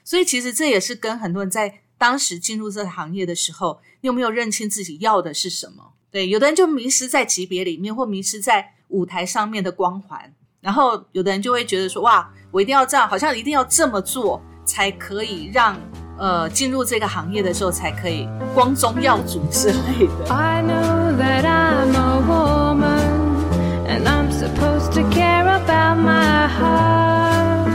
所以其实这也是跟很多人在当时进入这个行业的时候，你有没有认清自己要的是什么？对，有的人就迷失在级别里面，或迷失在舞台上面的光环，然后有的人就会觉得说，哇，我一定要这样，好像一定要这么做才可以让进入这个行业的时候才可以光宗耀祖之类的。 I know that I'm a woman and I'm supposed to care about my heart,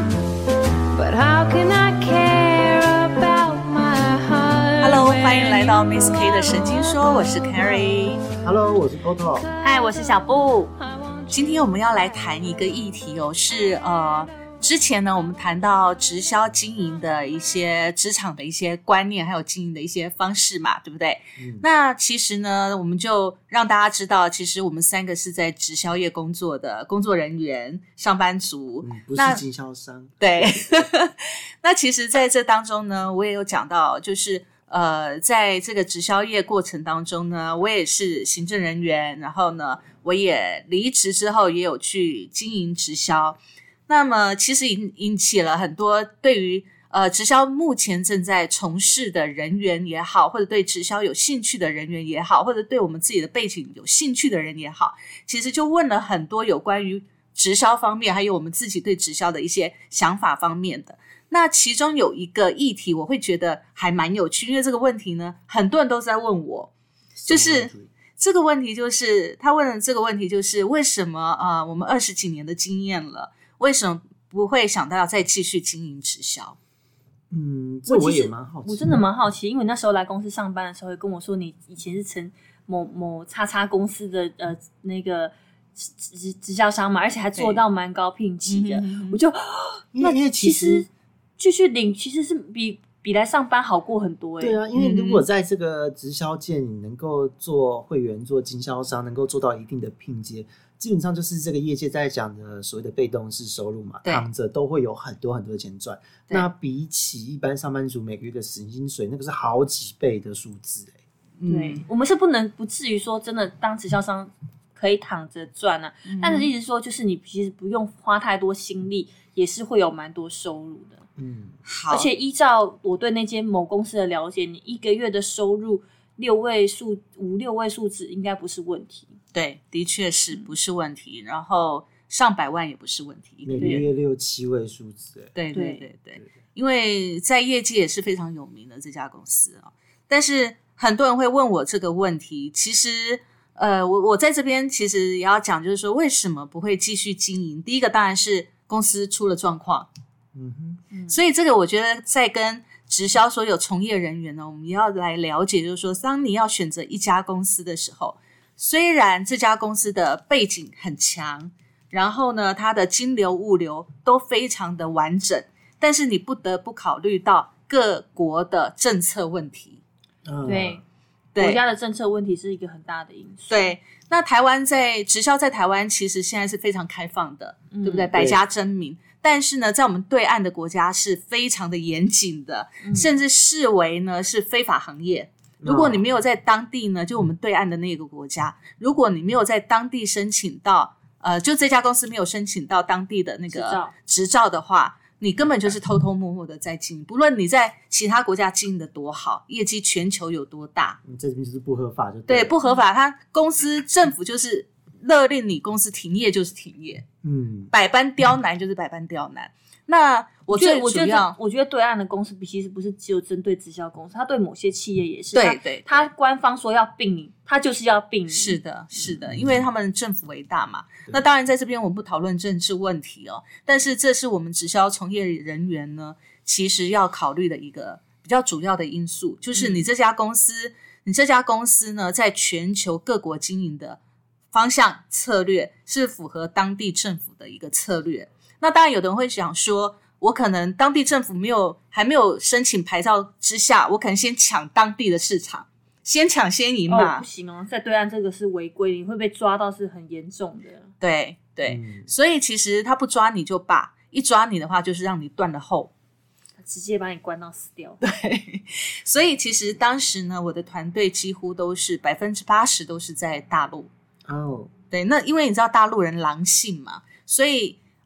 but how can I care about my heart? Hello， 欢迎来到 Miss K 的神经说，我是 Carrie。 Hello， 我是 Toto。 嗨，我是小布。 今天我们要来谈一个议题哦，是之前呢我们谈到直销经营的一些职场的一些观念，还有经营的一些方式嘛，对不对？那其实呢我们就让大家知道，其实我们三个是在直销业工作的工作人员上班族， 不是经销商。 对那其实在这当中呢，我也有讲到，就是在这个直销业过程当中呢，我也是行政人员，然后呢我也离职之后也有去经营直销。那么其实引起了很多对于直销目前正在从事的人员也好，或者对直销有兴趣的人员也好，或者对我们自己的背景有兴趣的人也好，其实就问了很多有关于直销方面还有我们自己对直销的一些想法方面的。那其中有一个议题我会觉得还蛮有趣，因为这个问题呢很多人都在问我，就是这个问题，就是他问的这个问题就是为什么我们20几年的经验了，为什么不会想到要再继续经营直销？ 这我也蛮好奇。 我真的蛮好奇，因为那时候来公司上班的时候，会跟我说你以前是成某叉叉公司的那个直销商嘛，而且还做到蛮高聘级的，我就因为其实继续领其实是比来上班好过很多对啊，因为如果在这个直销界你能够做会员做经销商，能够做到一定的聘阶，基本上就是这个业界在讲的所谓的被动式收入嘛，躺着都会有很多很多的钱赚。那比起一般上班族每个月的薪水，那个是好几倍的数字。 对，我们是不至于说真的当直销商可以躺着赚啊，但是意思说就是你其实不用花太多心力，也是会有蛮多收入的。 好， 而且依照我对那间某公司的了解，你一个月的收入5-6位数字应该不是问题。 对，的确是不是问题，然后上百万也不是问题， 每个月6-7位数字。 对，因为在业界也是非常有名的这家公司但是很多人会问我这个问题，其实我在这边其实也要讲，就是说为什么不会继续经营。第一个当然是公司出了状况，所以这个我觉得在跟直销所有从业人员呢，我们也要来了解，就是说当你要选择一家公司的时候，虽然这家公司的背景很强，然后呢它的金流物流都非常的完整，但是你不得不考虑到各国的政策问题。 对，国家的政策问题是一个很大的因素。 对，那台湾直销在台湾其实现在是非常开放的，对不对？百家争鸣。但是呢在我们对岸的国家是非常的严谨的，甚至视为呢是非法行业。如果你没有在当地呢，就我们对岸的那个国家，如果你没有在当地申请到就这家公司没有申请到当地的那个执照的话，你根本就是偷偷摸摸的在经营，不论你在其他国家经营的多好，业绩全球有多大， 你这边就是不合法就对，不合法，他公司政府就是勒令你公司停业就是停业，百般刁难就是百般刁难。那我觉得对岸的公司其实不是只有针对直销公司，他对某些企业也是。 对， 他官方说要并你，他就是要并你。 是的，因为他们政府为大嘛。那当然在这边我们不讨论政治问题但是这是我们直销从业人员呢其实要考虑的一个比较主要的因素，就是你这家公司呢在全球各国经营的方向策略是符合当地政府的一个策略。那当然有的人会想说，我可能当地政府还没有申请牌照之下，我可能先抢当地的市场，先抢先赢嘛。 不行在对岸这个是违规，你会被抓到是很严重的。 对，所以其实他不抓你就罢，一抓你的话就是让你断了后， 直接把你关到死掉。 对，所以其实当时呢我的团队几乎都是80%都是在大陆。 哦， 对，那因为你知道大陆人狼性嘛，所以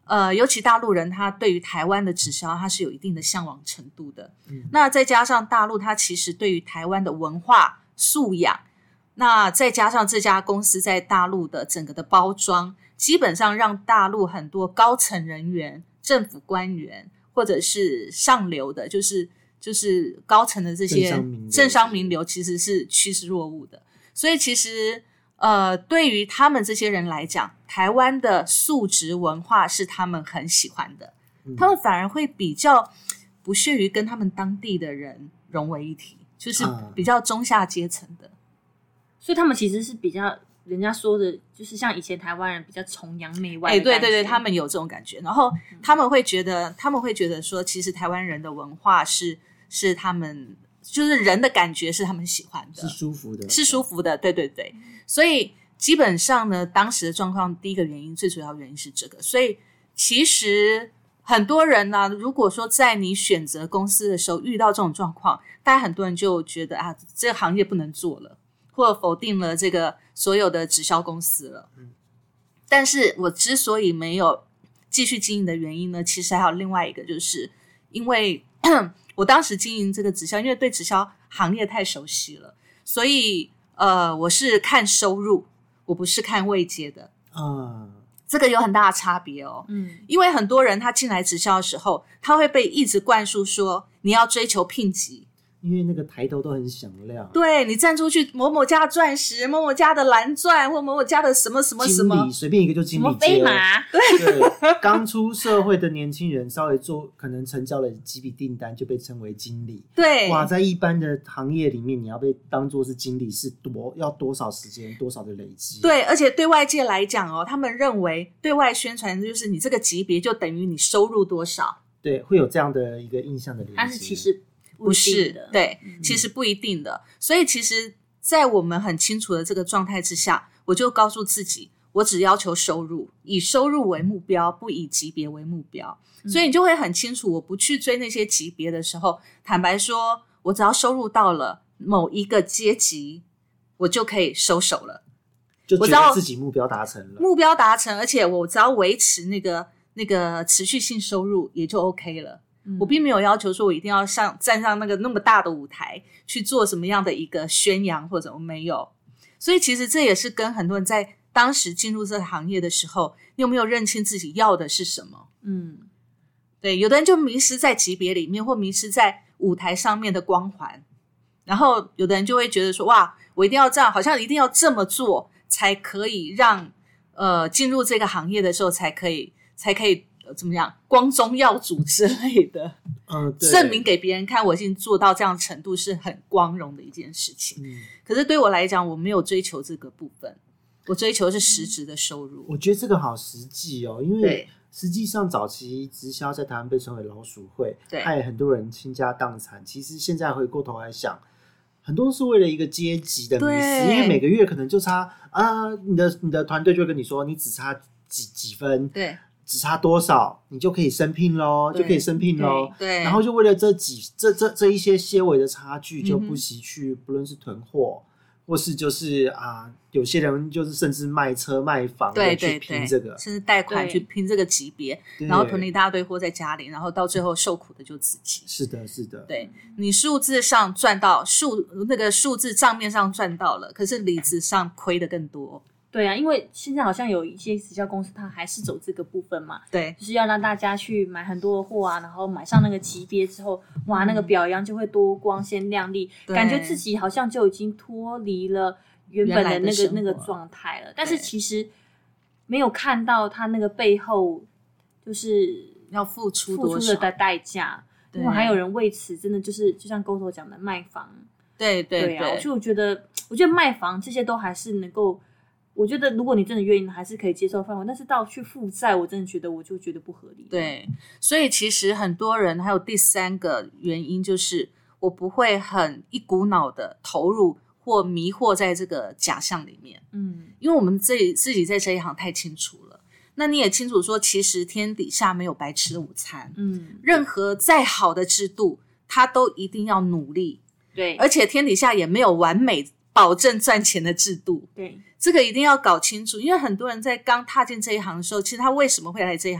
尤其大陆人他对于台湾的直销他是有一定的向往程度的。那再加上大陆他其实对于台湾的文化素养，那再加上这家公司在大陆的整个的包装，基本上让大陆很多高层人员、政府官员或者是上流的，就是高层的这些政商名流其实是趋之若鹜的。所以其实对于他们这些人来讲，台湾的素质文化是他们很喜欢的，他们反而会比较不屑于跟他们当地的人融为一体，就是比较中下阶层的。 所以他们其实是比较人家说的，就是像以前台湾人比较崇洋媚外的感觉。 对，他们有这种感觉。然后他们会觉得说，其实台湾人的文化是他们就是人的感觉是他们喜欢的， 是舒服的， 是舒服的。对。所以基本上呢，当时的状况第一个原因，最主要原因是这个。所以其实很多人呢，如果说在你选择公司的时候遇到这种状况，大家很多人就觉得这个行业不能做了，或者否定了这个所有的直销公司了。但是我之所以没有继续经营的原因呢，其实还有另外一个，就是因为我当时经营这个直销，因为对直销行业太熟悉了，所以我是看收入，我不是看位阶的。这个有很大的差别哦。因为很多人他进来直销的时候，他会被一直灌输说你要追求聘级， 因为那个抬头都很响亮。 对，你站出去某某家的钻石，某某家的蓝钻，或某某家的什么什么什么， 经理随便一个就经理阶， 什么飞马， 对，刚出社会的年轻人稍微做可能成交了几笔订单就被称为经理。 对， 哇，在一般的行业里面，你要被当作是经理是要多少时间，多少的累积。 对，而且对外界来讲哦，他们认为对外宣传就是你这个级别就等于你收入多少。 对，会有这样的一个印象的连接。 但是其实不是，对，其实不一定的。所以其实在我们很清楚的这个状态之下，我就告诉自己，我只要求收入，以收入为目标，不以级别为目标。所以你就会很清楚，我不去追那些级别的时候，坦白说，我只要收入到了某一个阶级，我就可以收手了， 就觉得自己目标达成了， 目标达成，而且我只要维持那个持续性收入也就 OK 了。我并没有要求说我一定要站上那么大的舞台去做什么样的一个宣扬或者我没有。所以其实这也是跟很多人在当时进入这个行业的时候，你有没有认清自己要的是什么。对，有的人就迷失在级别里面，或迷失在舞台上面的光环，然后有的人就会觉得说，哇，我一定要这样，好像一定要这么做才可以让进入这个行业的时候才可以怎么样，光宗耀祖之类的，证明给别人看我已经做到这样的程度是很光荣的一件事情。可是对我来讲，我没有追求这个部分，我追求的是实质的收入。 我觉得这个好实际哦，因为实际上早期直销在台湾被称为老鼠会，害很多人倾家荡产。其实现在回过头来想，很多是为了一个阶级的迷思，因为每个月可能就差你的团队就会跟你说，你只差几分，对，只差多少，你就可以升聘咯，就可以升聘咯。对，然后就为了这一些些微的差距，就不惜去不论是囤货，或是就是有些人就是甚至卖车卖房的去拼这个， 甚至贷款去拼这个级别，然后囤了一大堆货在家里，然后到最后受苦的就自己。 是的， 对，你数字上赚到那个数字账面上赚到了，可是里子上亏的更多。 对啊，因为现在好像有一些直销公司，它还是走这个部分嘛， 对， 就是要让大家去买很多的货然后买上那个级别之后，哇，那个表扬就会多光鲜亮丽，感觉自己好像就已经脱离了原本的那个状态了。但是其实没有看到他那个背后就是要付出的代价，因为还有人为此真的就是就像沟头讲的卖房， 对啊， 所以我觉得卖房这些都还是能够。我觉得如果你真的愿意还是可以接受范围，但是到去负债我真的觉得我就觉得不合理。 对，所以其实很多人还有第三个原因就是我不会很一股脑的投入或迷惑在这个假象里面。因为我们自己在这一行太清楚了，那你也清楚说其实天底下没有白吃的午餐。任何再好的制度它都一定要努力， 对， 而且天底下也没有完美保证赚钱的制度。对，这个一定要搞清楚，因为很多人在刚踏进这一行的时候，其实他为什么会来这一行，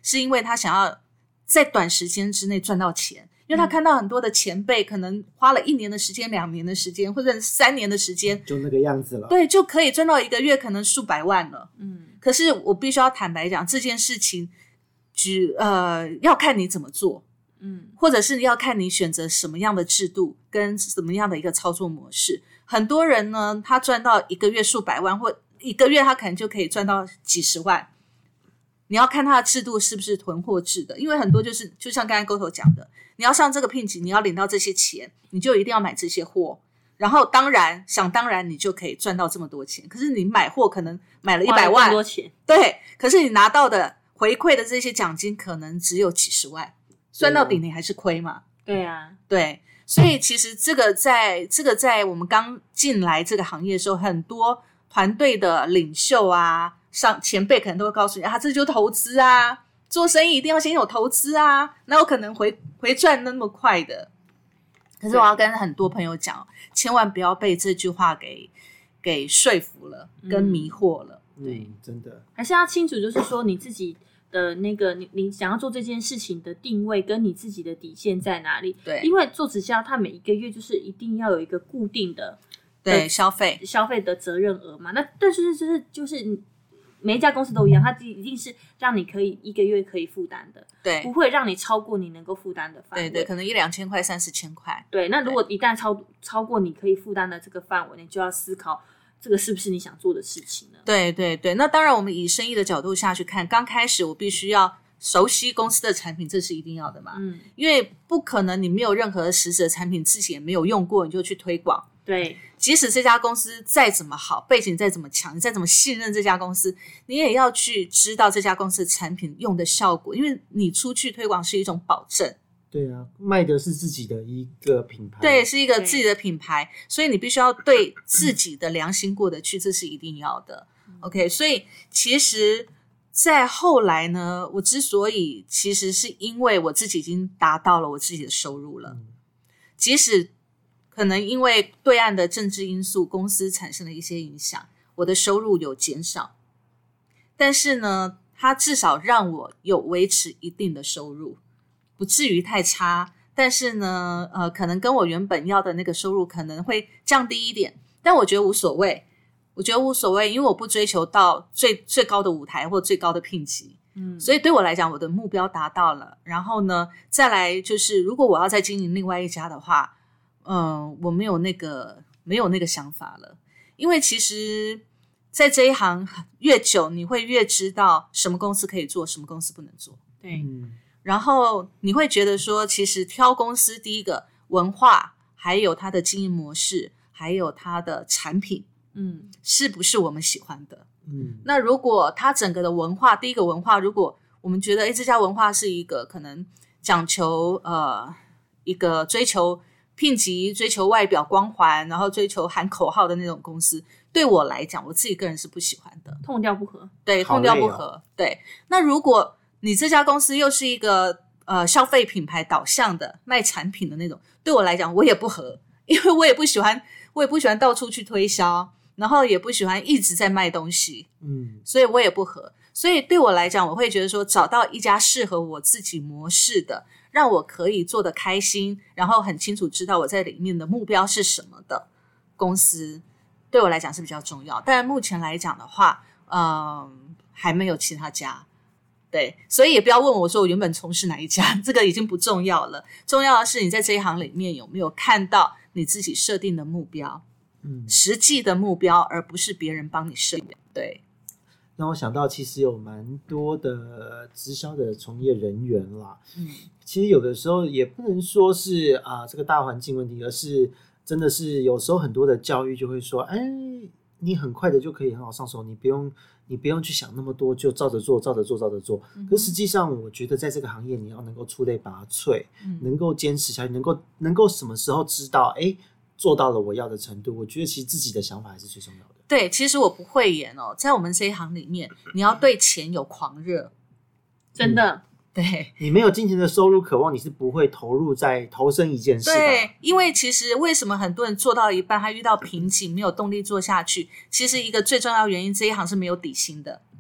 是因为他想要在短时间之内赚到钱，因为他看到很多的前辈可能花了1年的时间、2年的时间，或者3年的时间， 就那个样子了。 对，就可以赚到1个月可能数百万了。可是我必须要坦白讲，这件事情要看你怎么做。或者是要看你选择什么样的制度跟什么样的一个操作模式。很多人呢，他赚到1个月数百万，或1个月他可能就可以赚到几十万。你要看他的制度是不是囤货制的，因为很多就像刚才沟头讲的，你要上这个聘级，你要领到这些钱，你就一定要买这些货，然后当然你就可以赚到这么多钱。可是你买货可能买了100万， 更多钱， 对，可是你拿到的回馈的这些奖金可能只有几十万。算到底你还是亏嘛？ 对啊， 对，所以其实这个在我们刚进来这个行业的时候，很多团队的领袖啊，前辈可能都会告诉你这就投资啊，做生意一定要先有投资啊，哪有可能回赚那么快的？可是我要跟很多朋友讲，千万不要被这句话给说服了，跟迷惑了。对， 真的还是要清楚，就是说你自己的那个你想要做这件事情的定位跟你自己的底线在哪里。 对， 因为做直销它每1个月就是一定要有一个固定的对消费的责任额嘛。那但是就是每一家公司都一样，它一定是让你可以1个月可以负担的， 对， 不会让你超过你能够负担的范围。 对对，可能1-2千块、3-4千块。 对，那如果一旦超过你可以负担的这个范围，你就要思考这个是不是你想做的事情呢？ 对对对，那当然我们以生意的角度下去看，刚开始我必须要熟悉公司的产品，这是一定要的嘛。因为不可能你没有任何实质的产品，自己也没有用过，你就去推广。 对， 即使这家公司再怎么好，背景再怎么强，你再怎么信任这家公司，你也要去知道这家公司的产品用的效果，因为你出去推广是一种保证。 对啊，卖的是自己的一个品牌， 对，是一个自己的品牌，所以你必须要对自己的良心过得去，这是一定要的。OK， 所以其实在后来呢，我之所以其实是因为我自己已经达到了我自己的收入了，即使可能因为对岸的政治因素，公司产生了一些影响，我的收入有减少，但是呢，它至少让我有维持一定的收入，不至于太差，但是呢，可能跟我原本要的那个收入可能会降低一点，但我觉得无所谓，因为我不追求到最高的舞台或最高的聘级，所以对我来讲，我的目标达到了。然后呢，再来就是，如果我要再经营另外一家的话，我没有那个想法了，因为其实在这一行越久，你会越知道什么公司可以做，什么公司不能做。 对。 然后你会觉得说，其实挑公司，第一个文化，还有它的经营模式，还有它的产品，是不是我们喜欢的？那如果它整个的文化，第一个文化，如果我们觉得这家文化是一个可能讲求一个追求聘级、追求外表光环，然后追求喊口号的那种公司，对我来讲，我自己个人是不喜欢的， 痛调不合。 对，痛调不合。对，那如果你这家公司又是一个消费品牌导向的卖产品的那种，对我来讲我也不合，因为我也不喜欢到处去推销，然后也不喜欢一直在卖东西，所以我也不合。所以对我来讲，我会觉得说，找到一家适合我自己模式的，让我可以做得开心，然后很清楚知道我在里面的目标是什么的公司，对我来讲是比较重要。但目前来讲的话，还没有其他家。对，所以也不要问我说我原本从事哪一家，这个已经不重要了。重要的是你在这一行里面有没有看到你自己设定的目标，实际的目标，而不是别人帮你设定。对， 让我想到其实有蛮多的直销的从业人员啦，其实有的时候也不能说是这个大环境问题，而是真的是有时候很多的教育就会说，你很快的就可以很好上手，你不用去想那么多，就照着做。可实际上我觉得在这个行业你要能够出类拔萃，能够坚持下去，能够什么时候知道做到了我要的程度，我觉得其实自己的想法还是最重要的。 对，其实我不讳言在我们这一行里面，你要对钱有狂热， 真的。 对， 你没有金钱的收入渴望，你是不会投身一件事的。 对，因为其实为什么很多人做到一半他遇到瓶颈没有动力做下去，其实一个最重要的原因，这一行是没有底薪的。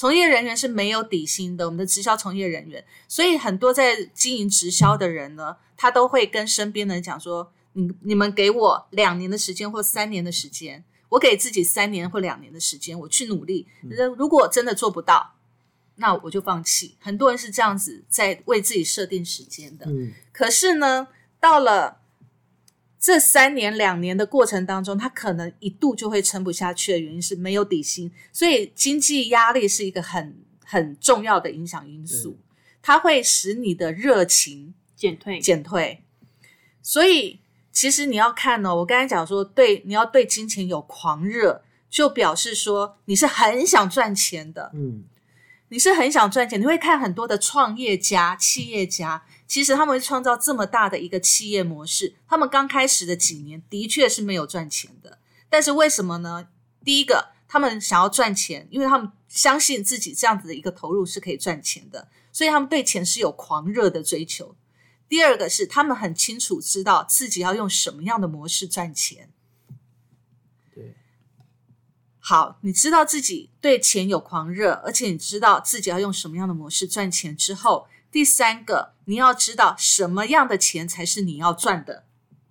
从业人员是没有底薪的，我们的直销从业人员，所以很多在经营直销的人呢，他都会跟身边的人讲说，你们给我2年的时间或3年的时间，我给自己3年或2年的时间，我去努力，如果真的做不到，那我就放弃。很多人是这样子在为自己设定时间的。可是呢，到了这3年2年的过程当中，他可能一度就会撑不下去的原因是没有底薪，所以经济压力是一个很重要的影响因素，它会使你的热情减退。所以其实你要看我刚才讲说，你要对金钱有狂热，就表示说你是很想赚钱的。你是很想赚钱，你会看很多的创业家、企业家，其实他们会创造这么大的一个企业模式，他们刚开始的几年的确是没有赚钱的，但是为什么呢？第一个，他们想要赚钱，因为他们相信自己这样子的一个投入是可以赚钱的，所以他们对钱是有狂热的追求。第二个是他们很清楚知道自己要用什么样的模式赚钱。好，你知道自己对钱有狂热，而且你知道自己要用什么样的模式赚钱之后，第3个，你要知道什么样的钱才是你要赚的。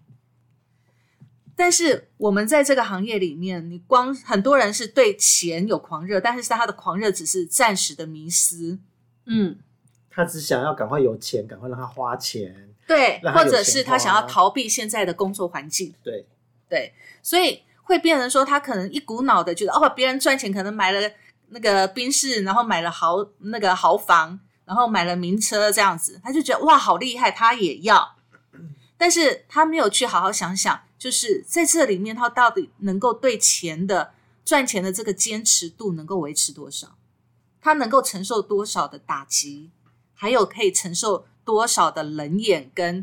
但是我们在这个行业里面，很多人是对钱有狂热，但是他的狂热只是暂时的迷思。 他只想要赶快有钱，赶快让他花钱， 对，或者是他想要逃避现在的工作环境。对，所以会变成说，他可能一股脑的觉得别人赚钱可能买了那个宾士，然后买了豪房，然后买了名车这样子，他就觉得哇好厉害，他也要。但是他没有去好好想想，就是在这里面他到底能够对赚钱的这个坚持度能够维持多少，他能够承受多少的打击，还有可以承受多少的冷眼跟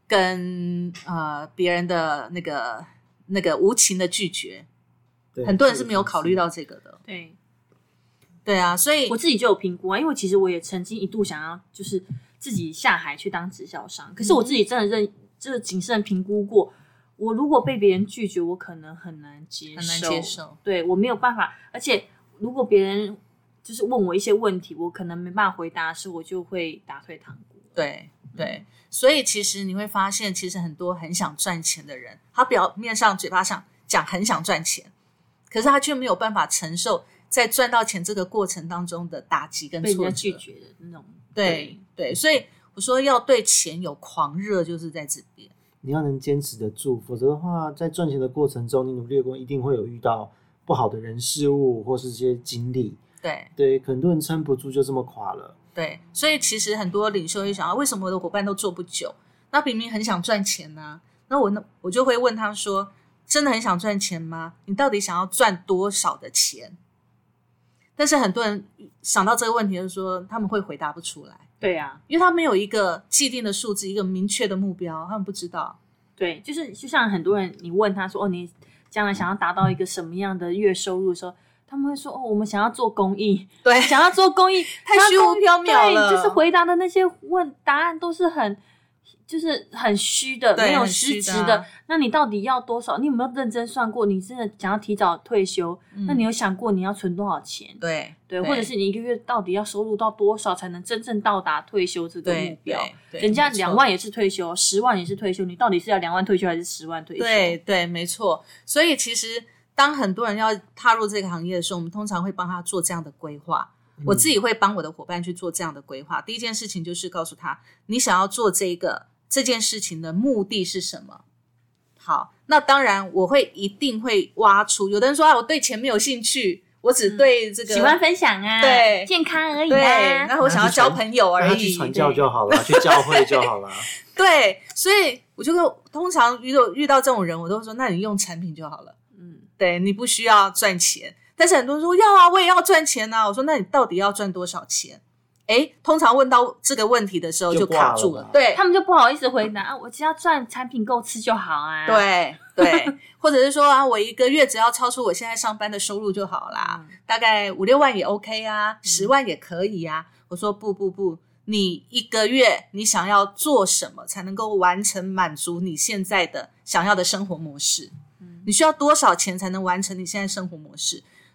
别人的那个无情的拒绝。很多人是没有考虑到这个的。对啊，所以我自己就有评估因为其实我也曾经一度想要就是自己下海去当直销商，可是我自己真的就是谨慎评估过，我如果被别人拒绝，我可能很难接受。对，我没有办法，而且如果别人就是问我一些问题，我可能没办法回答的时候，我就会打退堂鼓。 对，所以其实你会发现，其实很多很想赚钱的人，他表面上嘴巴上讲很想赚钱，可是他却没有办法承受在赚到钱这个过程当中的打击跟挫折， 被人家拒绝的那种。 对，所以我说要对钱有狂热，就是在这边。 你要能坚持得住，否则的话，在赚钱的过程中，你努力的过程一定会有遇到不好的人事物或是这些经历。对，很多人撑不住就这么垮了。 对，所以其实很多领袖会想为什么我的伙伴都做不久？那明明很想赚钱啊，那我就会问他说，真的很想赚钱吗？你到底想要赚多少的钱？但是很多人想到这个问题的时候，他们会回答不出来。 对啊， 因为他没有一个既定的数字，一个明确的目标，他们不知道。 对，就像很多人你问他说你将来想要达到一个什么样的月收入的时候，他们会说我们想要做公益。 对， 想要做公益太虚无缥缈了。 对，就是回答的那些答案都是很虚的，没有实质的。那你到底要多少？你有没有认真算过？你真的想要提早退休，那你有想过你要存多少钱？ 对， 或者是你一个月到底要收入到多少才能真正到达退休这个目标？人家2万也是退休，10万也是退休，你到底是要2万退休还是10万退休？ 对，没错。所以其实当很多人要踏入这个行业的时候，我们通常会帮他做这样的规划。我自己会帮我的伙伴去做这样的规划。第一件事情就是告诉他，你想要做这件事情的目的是什么。好，那当然我一定会挖出，有的人说我对钱没有兴趣，我只对这个喜欢分享啊， 对， 健康而已对，那我想要交朋友而已， 去传教就好了，去教会就好了。 对，所以我就通常遇到这种人，我都说那你用产品就好了。对，你不需要赚钱。但是很多人说要啊，我也要赚钱啊。我说那你到底要赚多少钱？通常问到这个问题的时候就卡住了，对， 他们就不好意思回答我只要赚产品够吃就好啊。 对，或者是说我一个月只要超出我现在上班的收入就好啦，大概5-6万也 OK 啊，10万也可以啊。我说不，你一个月你想要做什么才能够完成满足你现在的想要的生活模式？你需要多少钱才能完成你现在生活模式？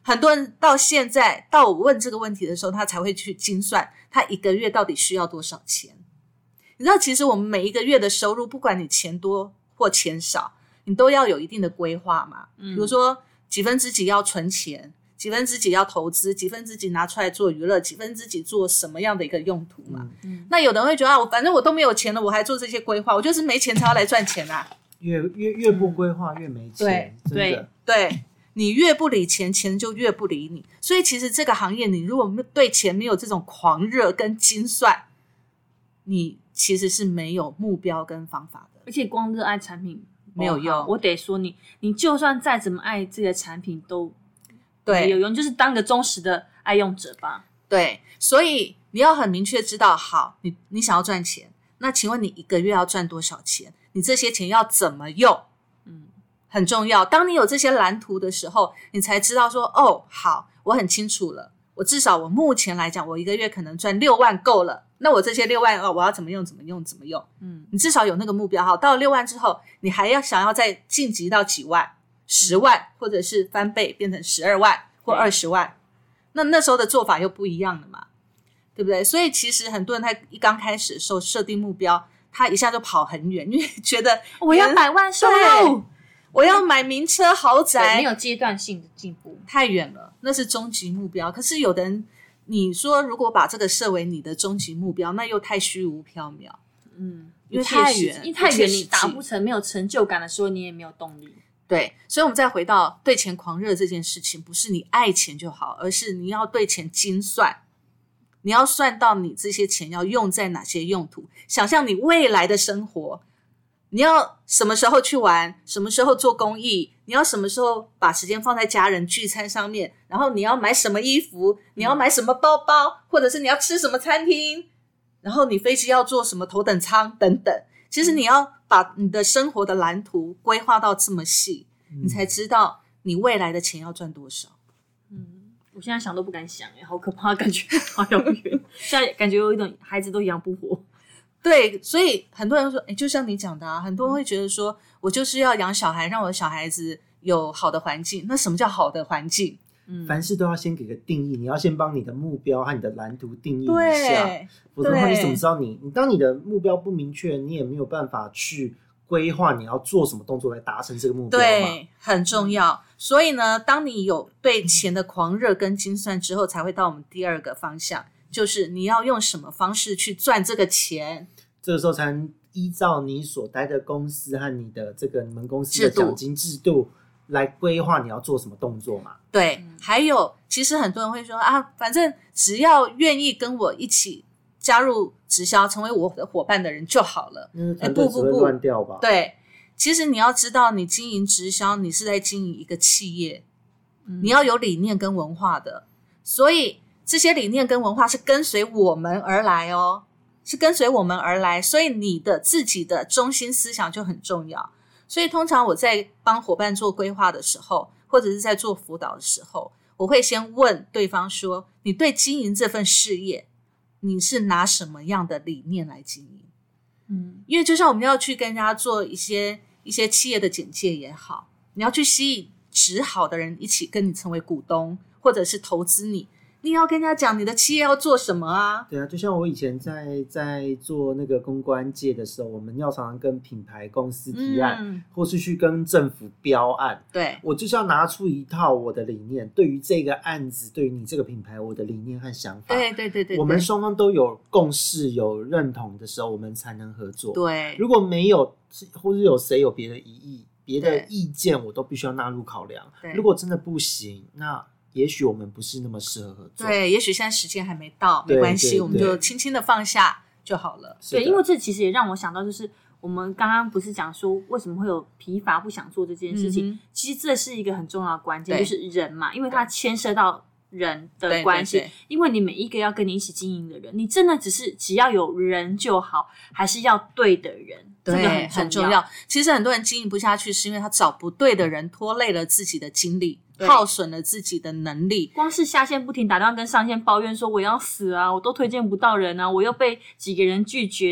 很多人到现在到我问这个问题的时候，他才会去精算他一个月到底需要多少钱。你知道其实我们每一个月的收入，不管你钱多或钱少，你都要有一定的规划嘛。比如说几分之几要存钱，几分之几要投资，几分之几拿出来做娱乐，几分之几做什么样的一个用途嘛。那有的人会觉得反正我都没有钱了，我还做这些规划，我就是没钱才要来赚钱啊。 越不规划越没钱， 对，你越不理钱，钱就越不理你。所以其实这个行业，你如果对钱没有这种狂热跟精算，你其实是没有目标跟方法的。 而且光热爱产品没有用， 我得说你就算再怎么爱这个产品都没有用，就是当个忠实的爱用者吧。 对，所以你要很明确知道，好，你想要赚钱，那请问你一个月要赚多少钱？你这些钱要怎么用？很重要。当你有这些蓝图的时候，你才知道说，好，我很清楚了。我至少我目前来讲，我一个月可能赚6万够了。那我这些6万我要怎么用？你至少有那个目标。好，到了6万之后，你还要想要再晋级到几万，10万，或者是翻倍变成12万或20万。那时候的做法又不一样了嘛，对不对？所以其实很多人他一刚开始的时候设定目标，他一下就跑很远，因为觉得我要100万收入， 我要买名车豪宅， 没有阶段性的进步， 太远了，那是终极目标。可是有的人，你说如果把这个设为你的终极目标，那又太虚无缥缈。因为太远， 你达不成，没有成就感的时候，你也没有动力。 对，所以我们再回到对钱狂热这件事情，不是你爱钱就好，而是你要对钱精算，你要算到你这些钱要用在哪些用途，想象你未来的生活，你要什么时候去玩，什么时候做公益，你要什么时候把时间放在家人聚餐上面，然后你要买什么衣服，你要买什么包包，或者是你要吃什么餐厅，然后你飞机要坐什么头等舱等等。其实你要把你的生活的蓝图规划到这么细，你才知道你未来的钱要赚多少。 我现在想都不敢想，好可怕，感觉好遥远。现在感觉有一种孩子都养不活。 对，所以很多人说，就像你讲的啊，很多人会觉得说，我就是要养小孩，让我的小孩子有好的环境。那什么叫好的环境？ 凡事都要先给个定义，你要先帮你的目标和你的蓝图定义一下，否则的话你怎么知道你当你的目标不明确，你也没有办法去规划你要做什么动作来达成这个目标嘛。 对，很重要。所以呢，当你有对钱的狂热跟精算之后，才会到我们第二个方向，就是你要用什么方式去赚这个钱。 这个时候才能依照你所待的公司和你的你们公司的奖金制度来规划你要做什么动作嘛。 对，还有其实很多人会说反正只要愿意跟我一起加入直销成为我的伙伴的人就好了。 团队只会乱掉吧。 对，其实你要知道，你经营直销，你是在经营一个企业，你要有理念跟文化的。所以这些理念跟文化是跟随我们而来哦，是跟随我们而来，所以你的自己的中心思想就很重要。所以通常我在帮伙伴做规划的时候，或者是在做辅导的时候，我会先问对方说，你对经营这份事业，你是拿什么样的理念来经营？因为就像我们要去跟人家做一些企业的简介也好，你要去吸引质好的人一起跟你成为股东，或者是投资你也要跟人家讲你的企业要做什么啊。 对啊，就像我以前在做那个公关界的时候，我们要常常跟品牌公司提案，或是去跟政府标案。 对， 我就是要拿出一套我的理念，对于这个案子，对于你这个品牌，我的理念和想法。 对， 我们双方都有共识有认同的时候，我们才能合作。 对， 如果没有，或是有谁有别的别的意见，我都必须要纳入考量。如果真的不行，那也许我们不是那么适合合作。 对，也许现在时间还没到，没关系，我们就轻轻的放下就好了。 对，因为这其实也让我想到，就是我们刚刚不是讲说为什么会有疲乏不想做这件事情，其实这是一个很重要的关键，就是人嘛，因为它牵涉到人的关系。因为你每一个要跟你一起经营的人，你真的只要有人就好，还是要对的人， 对， 这个很重要。 其实很多人经营不下去，是因为他找不对的人，拖累了自己的精力，耗损了自己的能力。 光是下线不停打电话跟上线抱怨说我要死啊，我都推荐不到人啊，我又被几个人拒绝啊，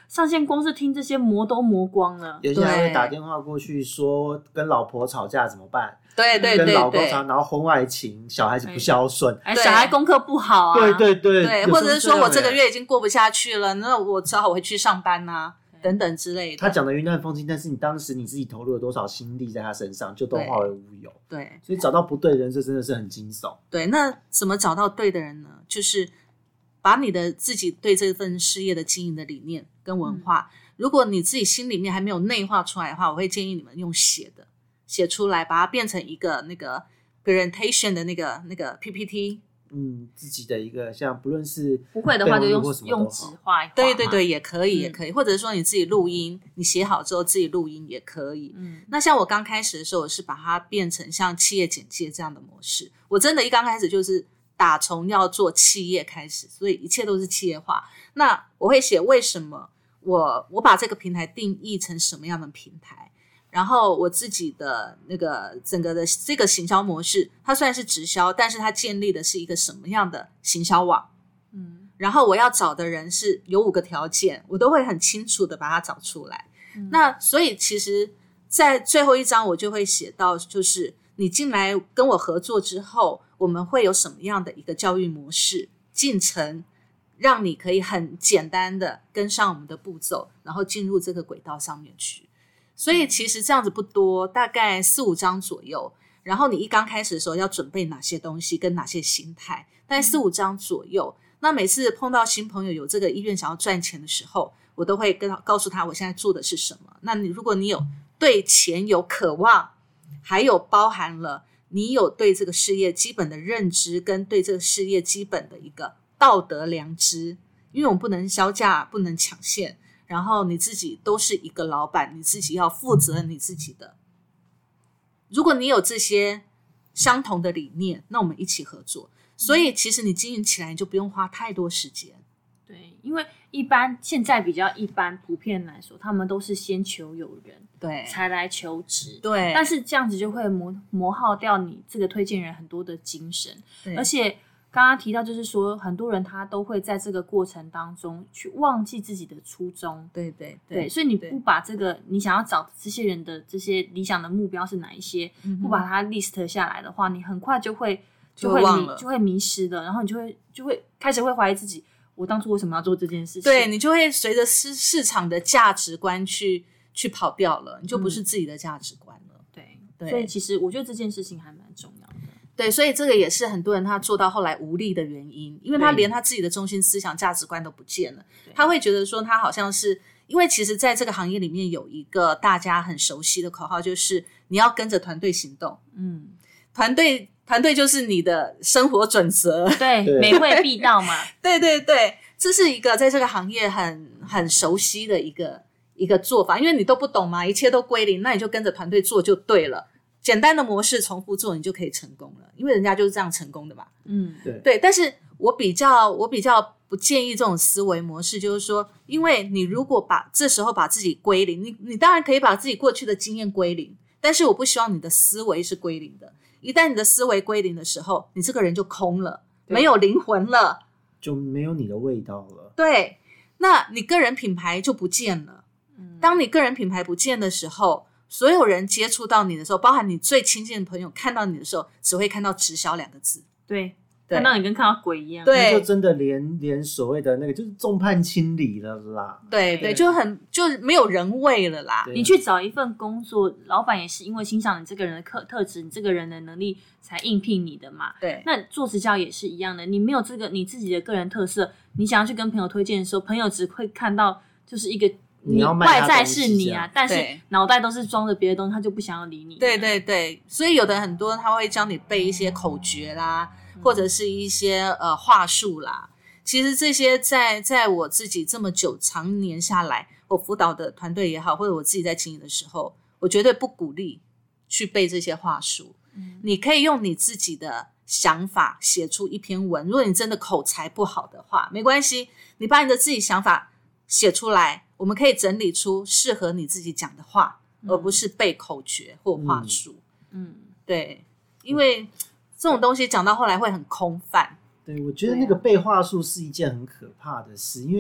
上线光是听这些磨都磨光了。 有些人还会打电话过去说跟老婆吵架怎么办？ 对对对跟老公对， 吵，然后婚外情，小孩子不孝顺， 小孩功课不好啊， 对，或者是说我这个月已经过不下去了，那我只好回去上班啊，等等之类的。 他讲的云淡风轻，但是你当时你自己投入了多少心力在他身上，就都化为乌有。 对， 所以找到不对的人，这真的是很惊悚。 对，那怎么找到对的人呢？就是把你的自己对这份事业的经营的理念跟文化，如果你自己心里面还没有内化出来的话，我会建议你们用写出来，把它变成一个那个 presentation 的那个 PPT。 自己的一个像不论是不会的话就用纸画一画， 对对对，也可以也可以，或者说你自己录音，你写好之后自己录音也可以。那像我刚开始的时候，我是把它变成像企业简介这样的模式。我真的一刚开始就是打从要做企业开始，所以一切都是企业化。那我会写为什么我把这个平台定义成什么样的平台，然后我自己的那个整个的这个行销模式，它虽然是直销，但是它建立的是一个什么样的行销网。然后我要找的人是有5个条件，我都会很清楚的把它找出来。那所以其实在最后一章我就会写到，就是你进来跟我合作之后，我们会有什么样的一个教育模式进程，让你可以很简单的跟上我们的步骤，然后进入这个轨道上面去。所以其实这样子不多，大概4-5章左右。然后你一刚开始的时候要准备哪些东西跟哪些心态，大概4-5章左右。那每次碰到新朋友有这个意愿想要赚钱的时候，我都会告诉他我现在做的是什么。那如果你有对钱有渴望，还有包含了你有对这个事业基本的认知跟对这个事业基本的一个道德良知，因为我们不能销价，不能抢线，然后你自己都是一个老板，你自己要负责你自己的。如果你有这些相同的理念，那我们一起合作。所以其实你经营起来你就不用花太多时间。 对，因为现在比较一般普遍来说，他们都是先求有人， 对， 才来求职， 对。 但是这样子就会磨耗掉你这个推荐人很多的精神，而且刚刚提到就是说，很多人他都会在这个过程当中去忘记自己的初衷， 对对 对， 所以你不把这个你想要找这些人的这些理想的目标是哪一些，不把它 list 下来的话，你很快就会迷失了，然后你就会开始会怀疑自己，我当初为什么要做这件事情？ 对，你就会随着市场的价值观去跑掉了，你就不是自己的价值观了。 对，所以其实我觉得这件事情还蛮重要的。 对，所以这个也是很多人他做到后来无力的原因，因为他连他自己的中心思想价值观都不见了，他会觉得说他好像是，因为其实在这个行业里面有一个大家很熟悉的口号，就是你要跟着团队行动。团队就是你的生活准则， 对，每会必到嘛。 对对对，这是一个在这个行业很熟悉的一个做法，因为你都不懂嘛，一切都归零，那你就跟着团队做就对了。简单的模式重复做，你就可以成功了，因为人家就是这样成功的嘛。对。但是我比较不建议这种思维模式，就是说，因为你如果这时候把自己归零，你当然可以把自己过去的经验归零，但是我不希望你的思维是归零的。一旦你的思维归零的时候，你这个人就空了，没有灵魂了， 就没有你的味道了。 对，那你个人品牌就不见了。当你个人品牌不见的时候，所有人接触到你的时候，包含你最亲近的朋友看到你的时候，只会看到直销2个字。 对，看到你跟看到鬼一样。 对， 就真的连所谓的那个就是众叛亲离了啦。 对，就没有人味了啦。 你去找一份工作，老板也是因为欣赏你这个人的特质，你这个人的能力才应聘你的嘛。 对， 那做直销也是一样的，你没有这个你自己的个人特色，你想要去跟朋友推荐的时候，朋友只会看到就是一个你外在是你啊，但是脑袋都是装着别的东西，他就不想要理你。 对对对，所以有的很多他会教你背一些口诀啦，或者是一些话术啦。其实这些在我自己这么久常年下来，我辅导的团队也好，或者我自己在经营的时候，我绝对不鼓励去背这些话术。你可以用你自己的想法写出一篇文，如果你真的口才不好的话，没关系，你把你的自己想法写出来，我们可以整理出适合你自己讲的话，而不是背口诀或话术。对，因为这种东西讲到后来会很空泛。 对，我觉得那个背话术是一件很可怕的事，因为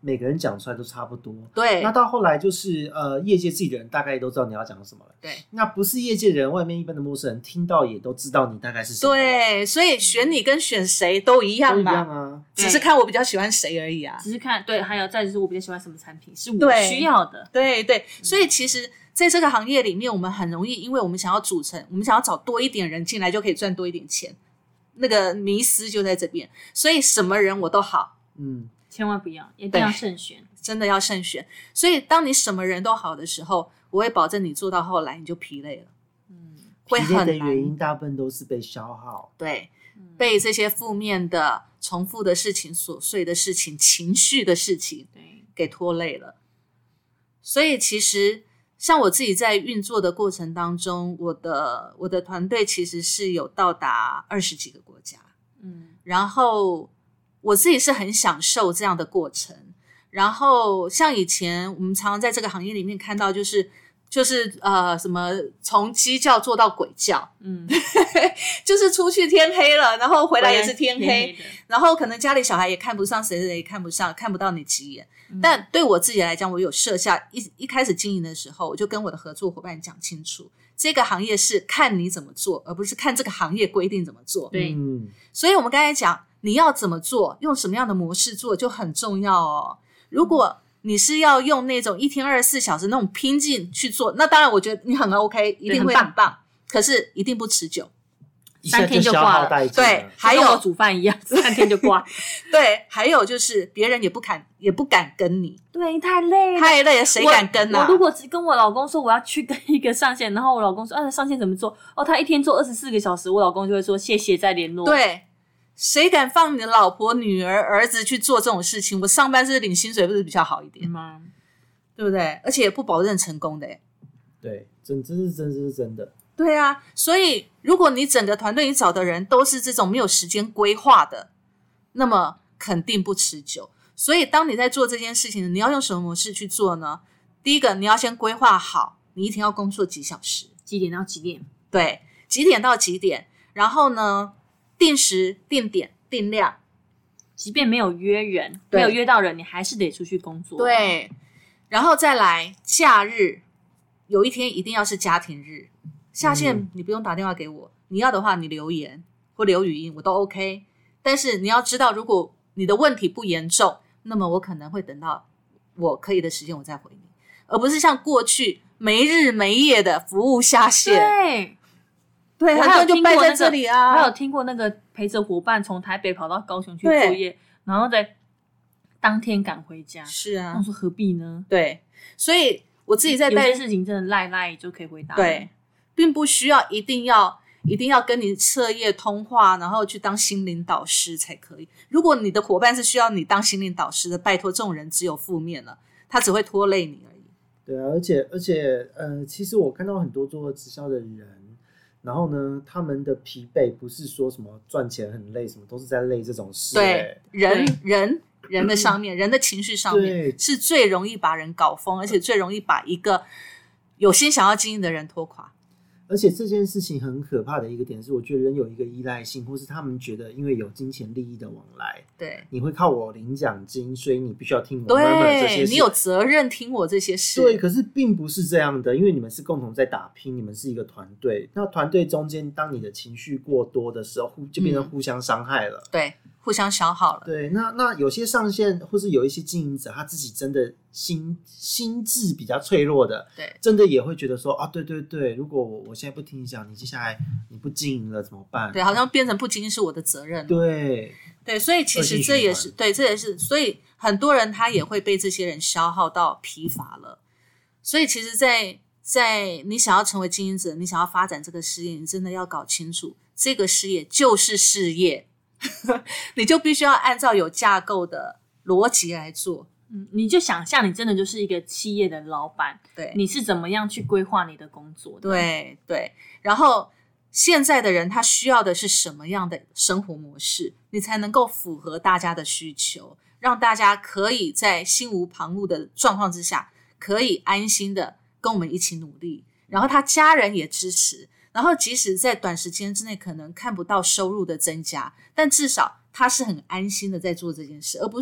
每个人讲出来都差不多。 对， 那到后来就是业界自己的人大概都知道你要讲什么了。 对， 那不是业界的人，外面一般的陌生人听到也都知道你大概是什么。 对，所以选你跟选谁都一样嘛， 都一样啊， 只是看我比较喜欢谁而已啊。 只是看对，还有再就是我比较喜欢什么产品是我需要的。 对对，所以其实在这个行业里面，我们很容易，因为我们想要组成，我们想要找多一点人进来就可以赚多一点钱，那个迷思就在这边。所以什么人我都好， 千万不要，一定要慎选， 真的要慎选。所以当你什么人都好的时候，我会保证你做到后来你就疲累了，会很难。 疲累的原因大部分都是被消耗， 对，被这些负面的、重复的事情、琐碎的事情、情绪的事情给拖累了。所以其实像我自己在运作的过程当中，我的团队其实是有到达20几个国家，然后我自己是很享受这样的过程。然后像以前我们常常在这个行业里面看到，就是什么从鸡叫做到鬼叫，就是出去天黑了，然后回来也是天黑，然后可能家里小孩也看不上，谁也看不上，看不到你几眼。但对我自己来讲，我有设下一开始经营的时候，我就跟我的合作伙伴讲清楚，这个行业是看你怎么做，而不是看这个行业规定怎么做。 对， 所以我们刚才讲你要怎么做，用什么样的模式做就很重要哦。如果你是要用那种1天24小时那种拼劲去做，那当然我觉得你很 OK， 一定会很棒，可是一定不持久 ，3天就挂了。 对，还有跟我煮饭一样，3天就挂。 对，还有就是别人也不敢跟你， 对，太累了，谁敢跟啊？ 我如果跟我老公说我要去跟一个上线，然后我老公说上线怎么做？他一天做24个小时，我老公就会说谢谢再联络。 对，谁敢放你的老婆、女儿、儿子去做这种事情？我上班是领薪水，不是比较好一点吗？对不对？而且也不保证成功的。 对，这是真的。 对啊，所以如果你整个团队你找的人都是这种没有时间规划的，那么肯定不持久。所以当你在做这件事情，你要用什么模式去做呢？第一个，你要先规划好你一天要工作几小时， 几点到几点？ 对，几点到几点，然后呢定时定点定量， 即便没有约人，没有约到人，你还是得出去工作。 对，然后再来假日，有一天一定要是家庭日，下线你不用打电话给我，你要的话你留言或留语音我都 OK， 但是你要知道，如果你的问题不严重，那么我可能会等到我可以的时间我再回你，而不是像过去没日没夜的服务下线。对，很多人就败在这里啊。 还有听过那个陪着伙伴从台北跑到高雄去作业，然后再当天赶回家。 是啊， 我说何必呢？ 对，所以我自己在带有些事情真的赖就可以回答。 对，并不需要一定要跟你彻夜通话，然后去当心灵导师才可以。如果你的伙伴是需要你当心灵导师的，拜托，这种人只有负面了，他只会拖累你而已。 对啊，而且其实我看到很多做直销的人，然后呢，他们的疲惫不是说什么赚钱很累，什么都是在累这种事。 对，人的上面，人的情绪上面是最容易把人搞疯，而且最容易把一个有心想要经营的人拖垮。 而且这件事情很可怕的一个点是，我觉得人有一个依赖性，或是他们觉得因为有金钱利益的往来， 对， 你会靠我领奖金，所以你必须要听我们这些事， 你有责任听我这些事。 对，可是并不是这样的，因为你们是共同在打拼，你们是一个团队。那团队中间，当你的情绪过多的时候，就变成互相伤害了。 对，互相消耗了。 对，那有些上线或是有一些经营者，他自己真的心智比较脆弱的， 对， 真的也会觉得说啊，对，如果我现在不听讲，你接下来你不经营了怎么办？ 对，好像变成不经营是我的责任。 对， 所以其实这也是，所以很多人他也会被这些人消耗到疲乏了。所以其实在你想要成为经营者，你想要发展这个事业，你真的要搞清楚，这个事业就是事业，你就必须要按照有架构的逻辑来做。 你就想象你真的就是一个企业的老板， 对， 你是怎么样去规划你的工作的？ 对，然后现在的人他需要的是什么样的生活模式，你才能够符合大家的需求，让大家可以在心无旁骛的状况之下，可以安心的跟我们一起努力，然后他家人也支持，然后即使在短时间之内可能看不到收入的增加，但至少他是很安心的在做这件事，而不是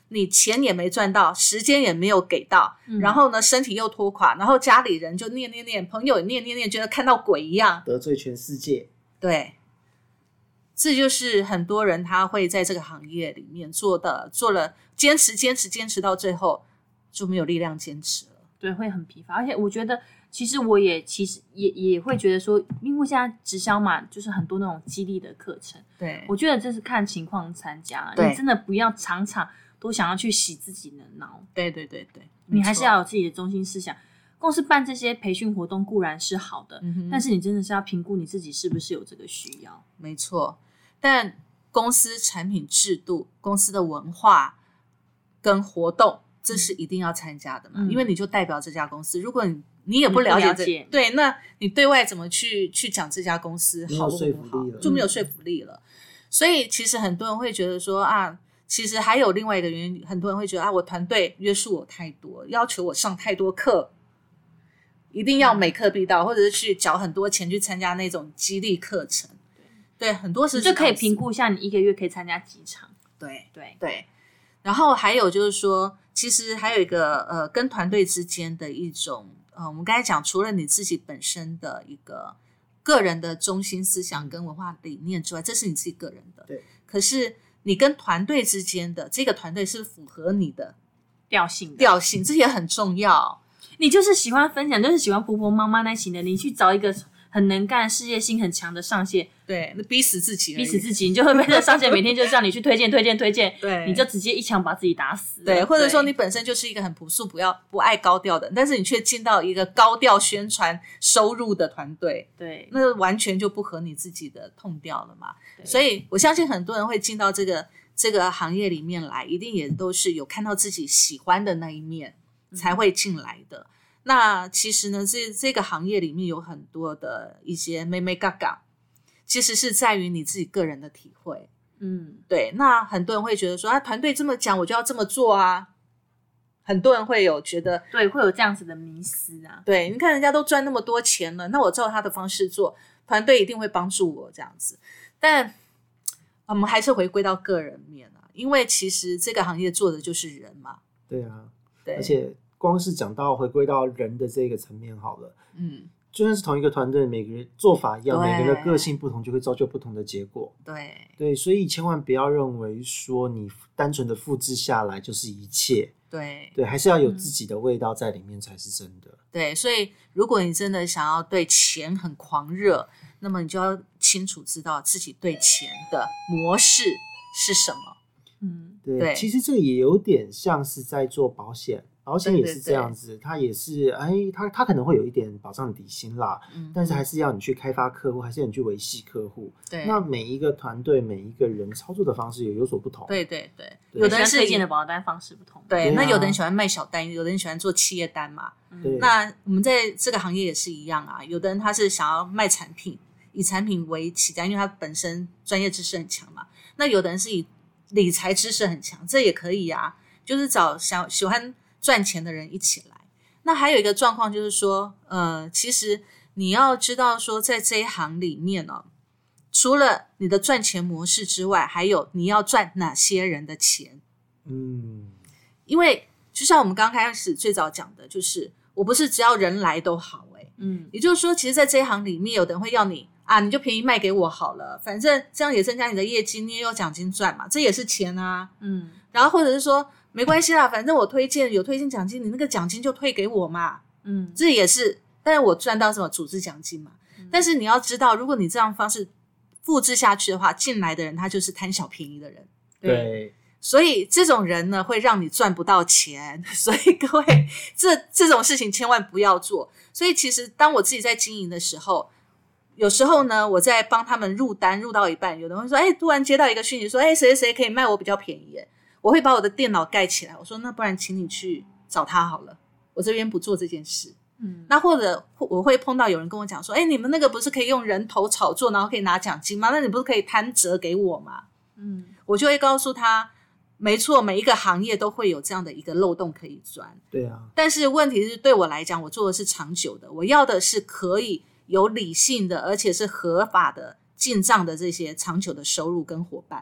你钱也没赚到，时间也没有给到，然后呢身体又拖垮，然后家里人就念，朋友也念，觉得看到鬼一样， 得罪全世界。 对，这就是很多人他会在这个行业里面做了坚持到最后就没有力量坚持了。 对，会很疲乏。而且我觉得其实也会觉得说，因为现在直销嘛，就是很多那种激励的课程， 对， 我觉得这是看情况参加，你真的不要常常都想要去洗自己的脑。 对， 你还是要有自己的中心思想。公司办这些培训活动固然是好的，但是你真的是要评估你自己是不是有这个需要。 没错，但公司产品制度、公司的文化跟活动，这是一定要参加的嘛，因为你就代表这家公司。如果你也不了解对，那你对外怎么去讲这家公司好不好，就没有说服力了。所以其实很多人会觉得说其实还有另外一个原因，很多人会觉得我团队约束我太多，要求我上太多课，一定要每课必到，或者是去缴很多钱去参加那种激励课程。对，很多时你就可以评估一下你一个月可以参加几场。 对。然后还有就是说，其实还有一个跟团队之间的一种我们刚才讲，除了你自己本身的一个个人的中心思想跟文化理念之外，这是你自己个人的。 对。 可是你跟团队之间的这个团队是符合你的调性， 这也很重要。 你就是喜欢分享，就是喜欢婆婆妈妈那型的，你去找一个很能干、事业心很强的上线， 对，逼死自己， 你就会被这上线每天就叫你去推荐， 对， 你就直接一枪把自己打死了。 对，或者说你本身就是一个很朴素、不爱高调的，但是你却进到一个高调宣传收入的团队， 对， 那完全就不合你自己的痛调了嘛。所以我相信很多人会进到这个行业里面来，一定也都是有看到自己喜欢的那一面才会进来的。那其实呢，这个行业里面有很多的一些眉眉角角，其实是在于你自己个人的体会。对。那很多人会觉得说团队这么讲，我就要这么做啊。很多人会有觉得， 对，会有这样子的迷思啊。 对，你看人家都赚那么多钱了，那我照他的方式做，团队一定会帮助我这样子。但我们还是回归到个人面因为其实这个行业做的就是人嘛。 对啊， 对， 而且光是讲到回归到人的这个层面好了，就算是同一个团队，每个人做法一样，每个人的个性不同，就会造就不同的结果。对，所以千万不要认为说你单纯的复制下来就是一切。对，还是要有自己的味道在里面才是真的。 对，所以如果你真的想要对钱很狂热，那么你就要清楚知道自己对钱的模式是什么。 对，其实这也有点像是在做保险也是这样子，它也是它可能会有一点保障底薪啦，但是还是要你去开发客户，还是要你去维系客户。对，那每一个团队每一个人操作的方式也有所不同。 对，有的人推荐的保单方式不同。 对，那有的人喜欢卖小单，有的人喜欢做企业单嘛。那我们在这个行业也是一样有的人他是想要卖产品，以产品为起家，因为他本身专业知识很强嘛。那有的人是以理财知识很强，这也可以就是找喜欢赚钱的人一起来。那还有一个状况就是说其实你要知道说在这一行里面除了你的赚钱模式之外，还有你要赚哪些人的钱。因为就像我们刚开始最早讲的，就是我不是只要人来都好也就是说其实在这一行里面，有的人会要你你就便宜卖给我好了，反正这样也增加你的业绩，你也有奖金赚嘛，这也是钱然后或者是说没关系啦，反正我有推荐奖金，你那个奖金就退给我嘛这也是，但是我赚到什么组织奖金嘛但是你要知道，如果你这样方式复制下去的话，进来的人他就是贪小便宜的人。 对， 所以这种人呢会让你赚不到钱，所以各位这种事情千万不要做。所以其实当我自己在经营的时候，有时候呢我在帮他们入单入到一半，有人会说突然接到一个讯息说谁可以卖我比较便宜我会把我的电脑盖起来，我说那不然请你去找他好了，我这边不做这件事。那或者我会碰到有人跟我讲说你们那个不是可以用人头炒作然后可以拿奖金吗？那你不是可以摊折给我吗？我就会告诉他没错，每一个行业都会有这样的一个漏洞可以钻。 对啊， 但是问题是对我来讲，我做的是长久的，我要的是可以有理性的而且是合法的进账的这些长久的收入跟伙伴。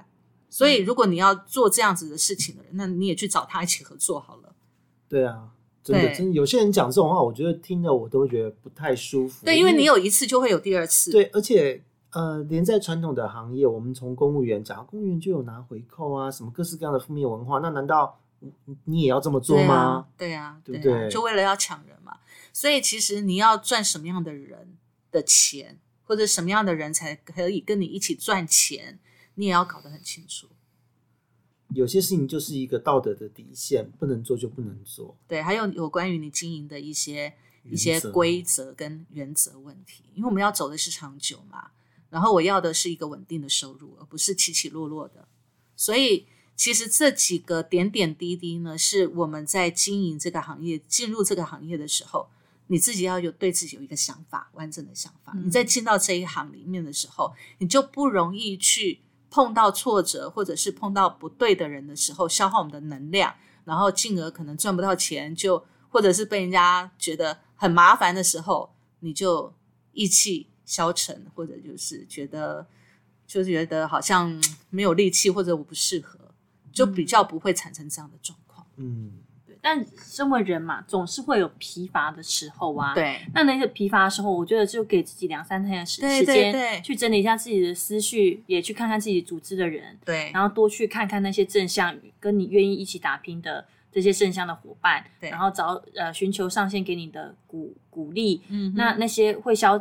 所以如果你要做这样子的事情的人，那你也去找他一起合作好了。 对啊，真的有些人讲这种话，我觉得听了我都会觉得不太舒服。 对，因为你有一次就会有第二次。 对，而且连在传统的行业，我们从公务员讲，公务员就有拿回扣啊，什么各式各样的负面文化，那难道你也要这么做吗？ 对啊， 对不对？ 就为了要抢人嘛。所以其实你要赚什么样的人的钱，或者什么样的人才可以跟你一起赚钱，你也要搞得很清楚。 有些事情就是一个道德的底线，不能做就不能做。 对，还有关于你经营的一些规则跟原则问题，因为我们要走的是长久嘛。然后我要的是一个稳定的收入，而不是起起落落的。所以其实这几个点点滴滴呢，是我们在经营这个行业、进入这个行业的时候，你自己要对自己有一个想法，完整的想法。你在进到这一行里面的时候，你就不容易去碰到挫折，或者是碰到不对的人的时候，消耗我们的能量，然后进而可能赚不到钱，或者是被人家觉得很麻烦的时候，你就意气消沉，或者就是觉得好像没有力气，或者我不适合，就比较不会产生这样的状况。 但身为人嘛，总是会有疲乏的时候啊。 对， 那个疲乏的时候，我觉得就给自己2-3天的时间去整理一下自己的思绪，也去看看自己组织的人， 对， 然后多去看看那些正向跟你愿意一起打拼的这些正向的伙伴， 对， 然后寻求上线给你的鼓励。那些会消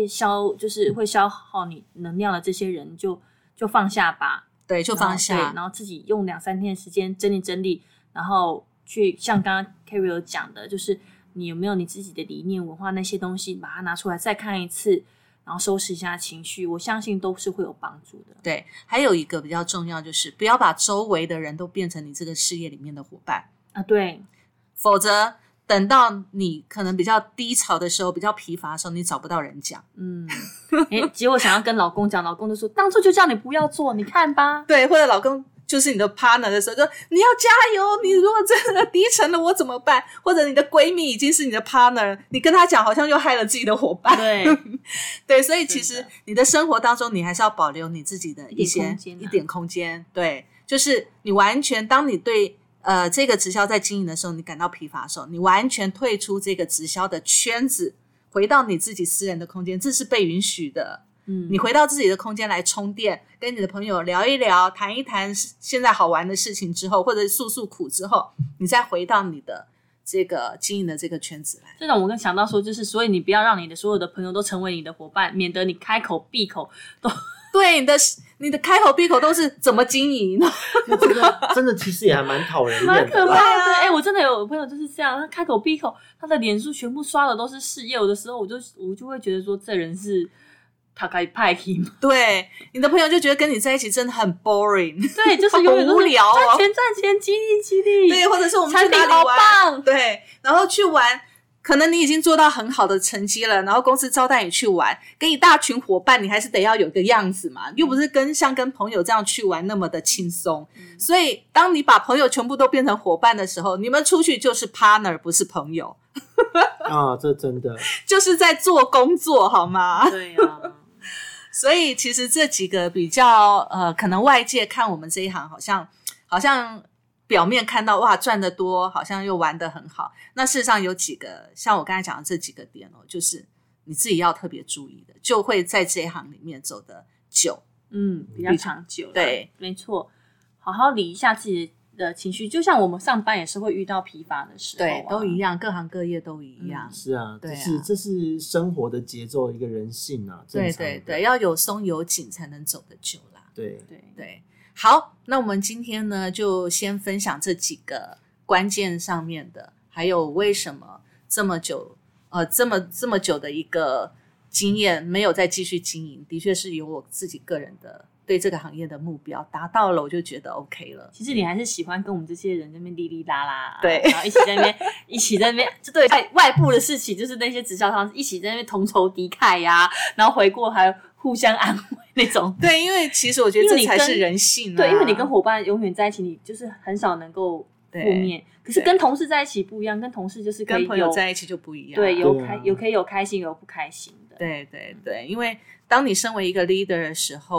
耗你能量的这些人就放下吧。 对，就放下， 然后自己用2-3天的时间整理，然后去像刚刚 Carrie 有讲的，就是你有没有你自己的理念文化那些东西，把它拿出来再看一次，然后收拾一下情绪，我相信都是会有帮助的。 对，还有一个比较重要，就是不要把周围的人都变成你这个事业里面的伙伴啊。对， 否则等到你可能比较低潮的时候，比较疲乏的时候，你找不到人讲。 结果想要跟老公讲，老公就说当初就叫你不要做，你看吧。 对，或者老公就是你的 partner 的时候，就你要加油，你如果真的低沉了我怎么办？或者你的闺蜜已经是你的 partner， 你跟她讲好像又害了自己的伙伴。 对对，所以其实你的生活当中，你还是要保留你自己的一点空间。对，就是你完全当你对这个直销在经营的时候，你感到疲乏的时候，你完全退出这个直销的圈子，回到你自己私人的空间，这是被允许的。你回到自己的空间来充电，跟你的朋友聊一聊，谈一谈现在好玩的事情之后，或者诉诉苦之后，你再回到你的这个经营的这个圈子来。 这种我跟想到说，就是所以你不要让你的所有的朋友都成为你的伙伴，免得你开口闭口都对你的开口闭口都是怎么经营真的其实也还蛮讨人厌的， 蛮可怕的。我真的有朋友就是这样，他开口闭口，他的脸书全部刷的都是事业，有的时候我就会觉得说，这人是他该派去吗？ 对，你的朋友就觉得跟你在一起真的很 boring， 对，就是永远都是无聊赚钱，激励， 对，或者是我们去哪里玩，对，然后去玩，可能你已经做到很好的成绩了，然后公司招待你去玩，跟一大群伙伴，你还是得要有个样子嘛，又不是像跟朋友这样去玩那么的轻松。所以当你把朋友全部都变成伙伴的时候，你们出去就是 partner， 不是朋友啊，这真的就是在做工作好吗？ 对啊。 所以其实这几个比较可能外界看我们这一行好像表面看到哇赚得多，好像又玩得很好，那事实上有几个像我刚才讲的这几个点就是你自己要特别注意的，就会在这一行里面走得久， 比较长久。 对， 没错，好好理一下自己的情绪，就像我们上班也是会遇到疲乏的时候对，都一样，各行各业都一样。 是啊， 对啊， 这是生活的节奏，一个人性啊。 对，要有松有紧才能走得久啦。 对。 好，那我们今天呢就先分享这几个关键上面的，还有为什么这么久这么久的一个经验没有再继续经营，的确是有我自己个人的对这个行业的目标达到了，我就觉得 OK 了。 其实你还是喜欢跟我们这些人在那边哩哩啦啦， 对， 然后一起在那边就对外部的事情，就是那些直销商一起在那边同仇敌忾呀，然后回过还互相安慰那种。 对，因为其实我觉得这才是人性啊。 对，因为你跟伙伴永远在一起，你就是很少能够负面。可是跟同事在一起不一样，跟同事就是可以跟朋友在一起就不一样。 对，可以有开心有不开心的。 对，因为当你身为一个 leader 的时候，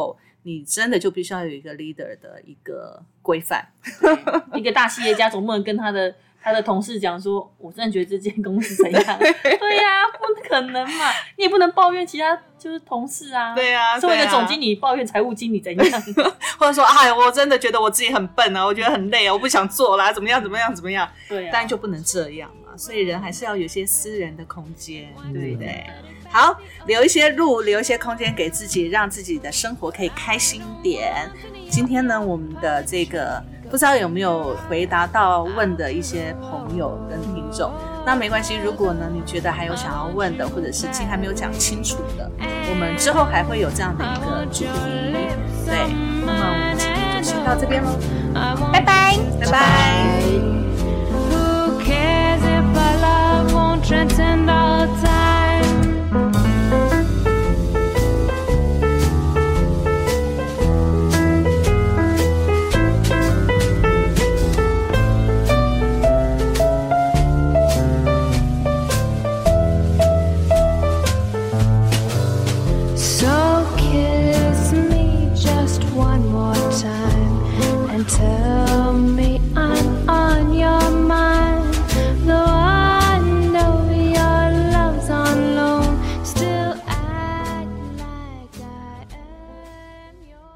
你真的就必须要有一个 leader 的一个规范。 一个大企业家总不能跟他的同事讲说，我真的觉得这间公司怎样？对呀、不可能嘛！你也不能抱怨其他就是同事啊。 对啊， 作为一个总经理抱怨财务经理怎样？ 或者说，哎，我真的觉得我自己很笨啊，我觉得很累啊，我不想做啦，怎么样？ 对啊， 但就不能这样嘛，所以人还是要有一些私人的空间，对不对？好，留一些路，留一些空间给自己，让自己的生活可以开心一点。今天呢，我们的这个不知道有没有回答到问的一些朋友跟听众，那没关系，如果呢你觉得还有想要问的，或者是今天还没有讲清楚的，我们之后还会有这样的一个主题。对，那么我们今天就先到这边咯，拜拜，拜拜。 Who cares if our love won't transcend all time?